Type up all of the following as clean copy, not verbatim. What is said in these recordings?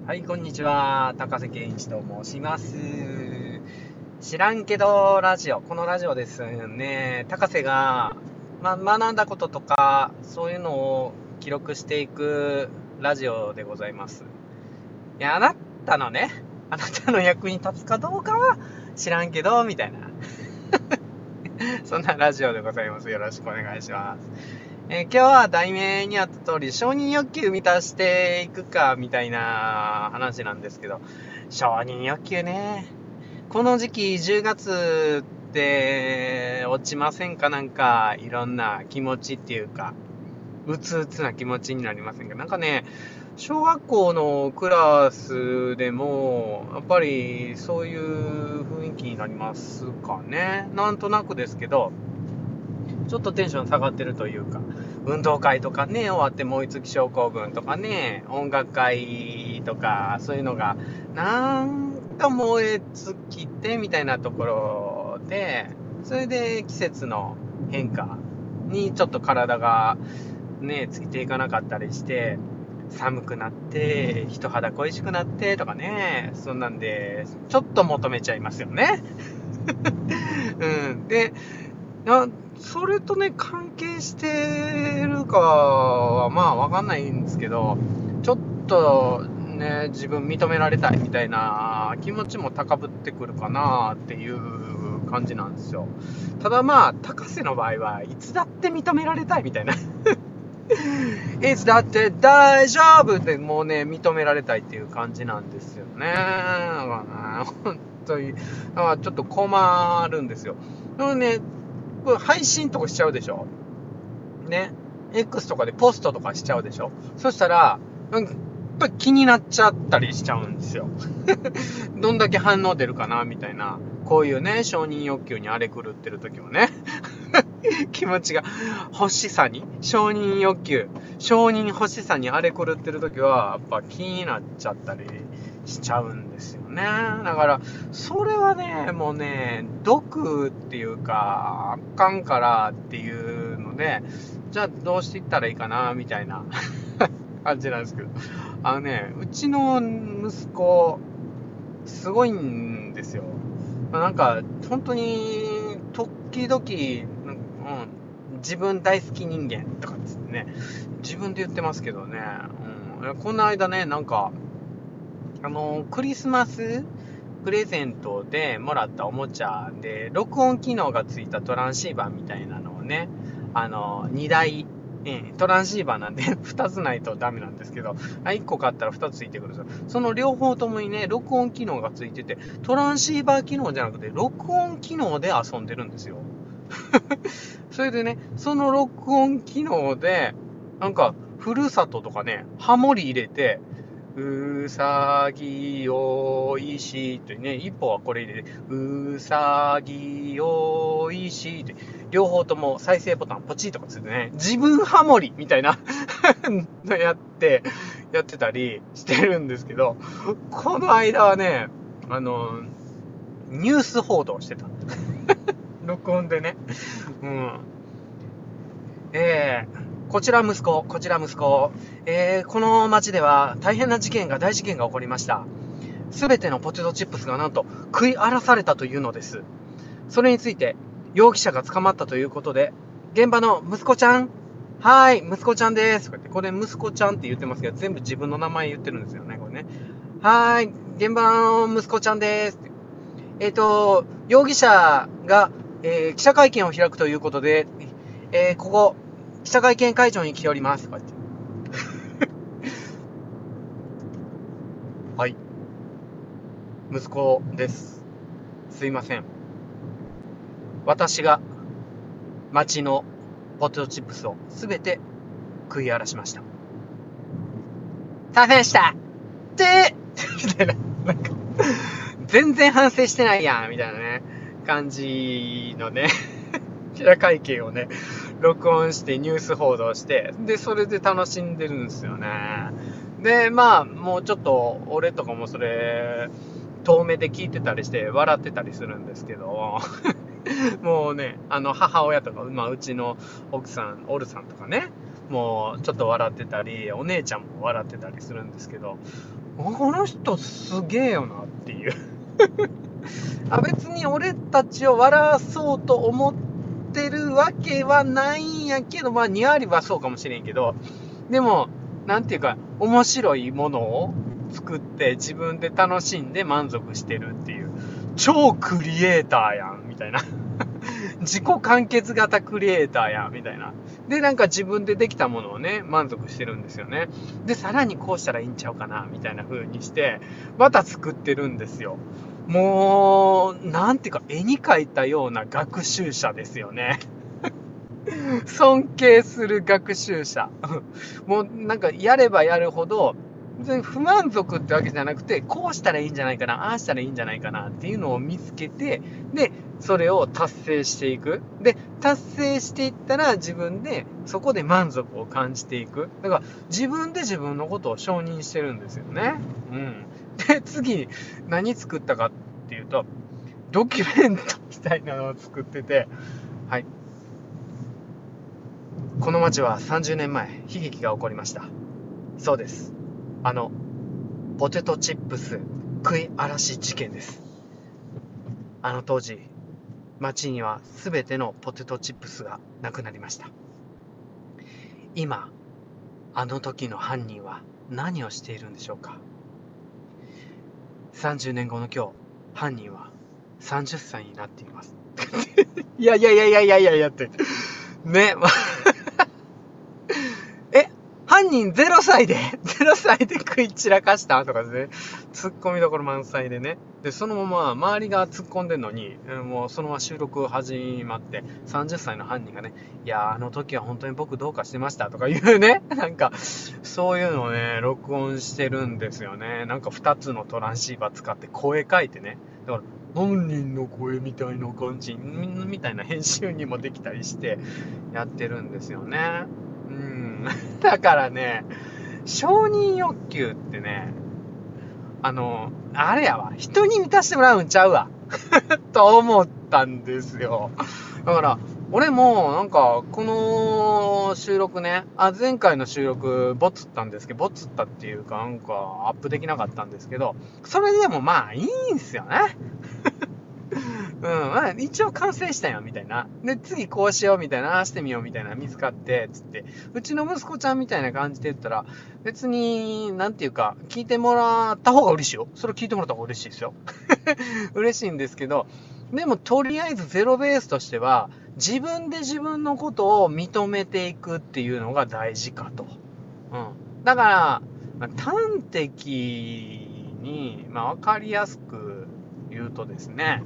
はい、こんにちは。高瀬健一と申します。知らんけどラジオ。このラジオですね、高瀬が、学んだこととか、そういうのを記録していくラジオでございます。いや、あなたの役に立つかどうかは知らんけど、みたいな。そんなラジオでございます。よろしくお願いします。今日は題名にあった通り、承認欲求満たしていくか、みたいな話なんですけど、承認欲求ね。この時期、10月って落ちませんか？なんか、いろんな気持ちっていうか、うつうつな気持ちになりませんか？なんかね、小学校のクラスでも、やっぱりそういう雰囲気になりますかね。なんとなくですけど、ちょっとテンション下がってるというか、運動会とかね、終わって燃え尽き症候群とかね、音楽会とか、そういうのが、なんか燃え尽きてみたいなところで、それで季節の変化にちょっと体がね、ついていかなかったりして、寒くなって、人肌恋しくなってとかね、そんなんで、ちょっと求めちゃいますよね。うん。で、それとね、関係してるかは、わかんないんですけど、ちょっとね、自分認められたいみたいな気持ちも高ぶってくるかなっていう感じなんですよ。ただ高瀬の場合はいつだって認められたいみたいな。いつだって大丈夫ってもうね、認められたいっていう感じなんですよね。だからね、本当に、だからちょっと困るんですよ。でもね、これ配信とかしちゃうでしょね。X とかでポストとかしちゃうでしょ。そしたら、やっぱり気になっちゃったりしちゃうんですよ。どんだけ反応出るかなみたいな。こういうね、承認欲求に荒れ狂ってる時もね。気持ちが欲しさに、承認欲求、承認欲しさに荒れ狂ってる時は、やっぱ気になっちゃったりしちゃうんですよね。だから、それはね、もうね、毒っていうか、あかんからっていうので、じゃあどうしていったらいいかな、みたいな感じなんですけど。うちの息子、すごいんですよ。なんか、本当に、時々、自分大好き人間とかですね、自分で言ってますけどね、この間ね、なんか、クリスマスプレゼントでもらったおもちゃで、録音機能がついたトランシーバーみたいなのをね、2台、トランシーバーなんで2つないとダメなんですけど、1個買ったら2つついてくるんですよ。その両方ともにね、録音機能がついてて、トランシーバー機能じゃなくて、録音機能で遊んでるんですよ。それでね、その録音機能で、なんか、ふるさととかね、ハモリ入れて、うさぎおいしいってね、一歩はこれ入れて、うさぎおいしいって、両方とも再生ボタンポチッとかついてね、自分ハモリみたいなのやってたりしてるんですけど、この間はね、ニュース報道してた。録音でね。うん。こちら息子、こちら息子。この町では大変な大事件が起こりました。すべてのポテトチップスがなんと食い荒らされたというのです。それについて容疑者が捕まったということで、現場の息子ちゃん、はーい、息子ちゃんです。これ息子ちゃんって言ってますけど、全部自分の名前言ってるんですよね、これね。はーい、現場の息子ちゃんです。容疑者が、記者会見を開くということで、ここ、記者会見会場に来ております。こうやってはい。息子です。すいません。私が町のポテトチップスをすべて食い荒らしました。大変でしたってみたいな。なんか、全然反省してないやんみたいなね、感じのね、記者会見をね、録音してニュース報道して、で、それで楽しんでるんですよね。で、もうちょっと、俺とかもそれ、遠目で聞いてたりして、笑ってたりするんですけど、もうね、母親とか、うちの奥さん、オルさんとかね、 もうちょっと笑ってたり、お姉ちゃんも笑ってたりするんですけど、この人すげえよなっていう別に俺たちを笑わそうと思ってるわけはないんやけど、2割はそうかもしれんけど、でもなんていうか面白いものを作って自分で楽しんで満足してるっていう超クリエイターやんみたいな自己完結型クリエイターやんみたいな。でなんか自分でできたものをね満足してるんですよね。でさらにこうしたらいいんちゃうかなみたいな風にしてまた作ってるんですよ。もうなんていうか絵に描いたような学習者ですよね。尊敬する学習者。もうなんかやればやるほど全然不満足ってわけじゃなくて、こうしたらいいんじゃないかな、ああしたらいいんじゃないかなっていうのを見つけて、でそれを達成していく。で達成していったら自分でそこで満足を感じていく。だから自分で自分のことを承認してるんですよね。で次何作ったかっていうと、ドキュメントみたいなのを作ってて、はい、この町は30年前悲劇が起こりました。そうです、ポテトチップス食い荒らし事件です。当時町には全てのポテトチップスがなくなりました。今あの時の犯人は何をしているんでしょうか。30年後の今日、犯人は30歳になっていますいやってね犯人0歳で食い散らかしたとかですね、ツッコミどころ満載でね。でそのまま周りが突っ込んでんのに、もうそのまま収録始まって、30歳の犯人がね、いやあの時は本当に僕どうかしてましたとかいうね、なんかそういうのをね録音してるんですよね。なんか2つのトランシーバー使って声変えてね、だから本人の声みたいな感じみたいな編集にもできたりしてやってるんですよね。だからね、承認欲求ってね、あれやわ、人に満たしてもらうんちゃうわと思ったんですよ。だから俺もなんかこの収録ね、前回の収録ボツったんですけど、ボツったっていうかなんかアップできなかったんですけど、それでもまあいいんすよね一応完成したよみたいな。で次こうしようみたいな、ああしてみようみたいな見つかってつって、うちの息子ちゃんみたいな感じで言ったら、別になんていうか聞いてもらった方が嬉しいよ。それ聞いてもらった方が嬉しいですよ嬉しいんですけど、でもとりあえずゼロベースとしては自分で自分のことを認めていくっていうのが大事かと。だから端的に、分かりやすく言うとですね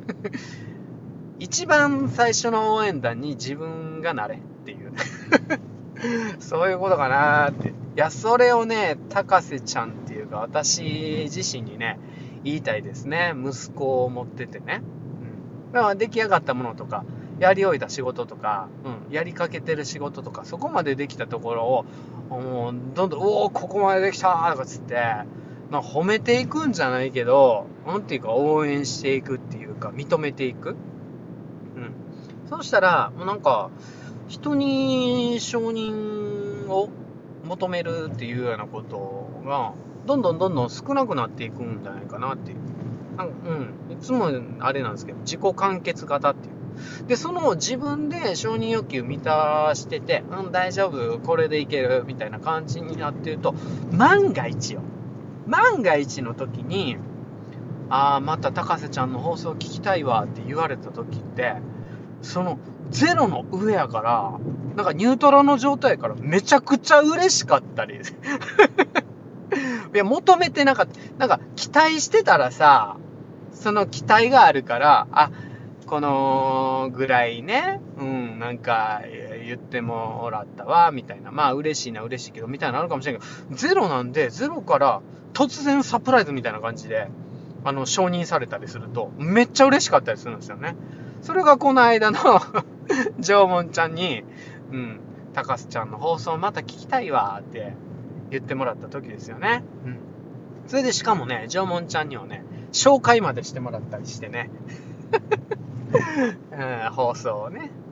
一番最初の応援団に自分がなれっていうそういうことかなーって。いやそれをね高瀬ちゃんっていうか私自身にね言いたいですね。息子を持っててね、だから出来上がったものとかやり終えた仕事とか、やりかけてる仕事とか、そこまでできたところをもうどんどんここまでできたーとかつって、褒めていくんじゃないけど、なんていうか応援していくっていうか認めていく。そうしたらもうなんか人に承認を求めるっていうようなことがどんどん少なくなっていくんじゃないかなっていう。いつもあれなんですけど、自己完結型っていう。でその自分で承認欲求満たしてて、大丈夫これでいけるみたいな感じになってると、万が一の時にまた高瀬ちゃんの放送聞きたいわって言われた時って、そのゼロの上やからなんかニュートラの状態からめちゃくちゃ嬉しかったりいや求めてなかった。なんか期待してたらさ、その期待があるから、このぐらいね、なんか言ってもらったわみたいな、嬉しいけどみたいなのあるかもしれないけど、ゼロなんで、ゼロから突然サプライズみたいな感じで承認されたりするとめっちゃ嬉しかったりするんですよね。それがこの間の縄文ちゃんに、高須ちゃんの放送また聞きたいわって言ってもらった時ですよね。それでしかもね、縄文ちゃんにはね紹介までしてもらったりしてね放送をね。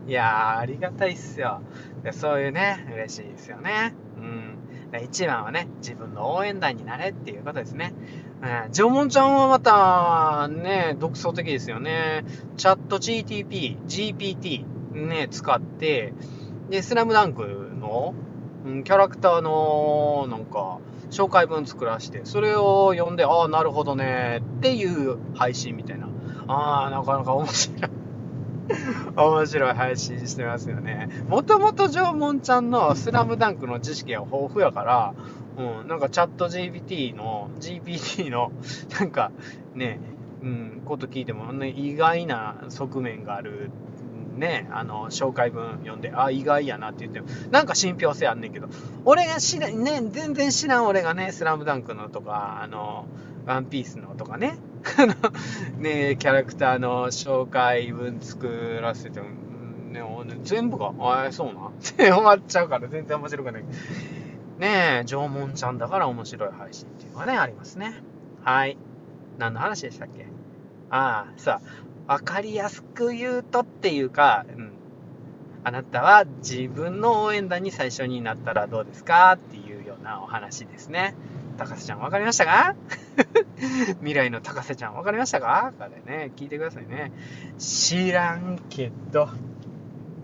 いやー、ありがたいっすよ。でそういうね、嬉しいですよね。一番はね、自分の応援団になれっていうことですね。縄文ちゃんはまた、ね、独創的ですよね。チャット GPT、ね、使って、で、スラムダンクの、キャラクターの、なんか、紹介文作らして、それを読んで、ああ、なるほどね、っていう配信みたいな。ああ、なかなか面白い。面白い配信してますよね。もともと縄文ちゃんのスラムダンクの知識が豊富やから、なんかチャット GPT の、なんかね、こと聞いても、ね、意外な側面がある、ね、紹介文読んで、あ、意外やなって言っても、なんか信憑性あんねんけど、俺がね、全然知らん俺がね、スラムダンクのとか、ワンピースのとかね、ね、キャラクターの紹介文作らせても、ね、全部が、そうなって終わっちゃうから全然面白くない。ねえ、縄文ちゃんだから面白い配信っていうのはね、ありますね。はい。何の話でしたっけ？さあ、わかりやすく言うとっていうか、あなたは自分の応援団に最初になったらどうですかっていうようなお話ですね。高瀬ちゃんわかりましたか？未来の高瀬ちゃんわかりましたか？これね、聞いてくださいね。知らんけど。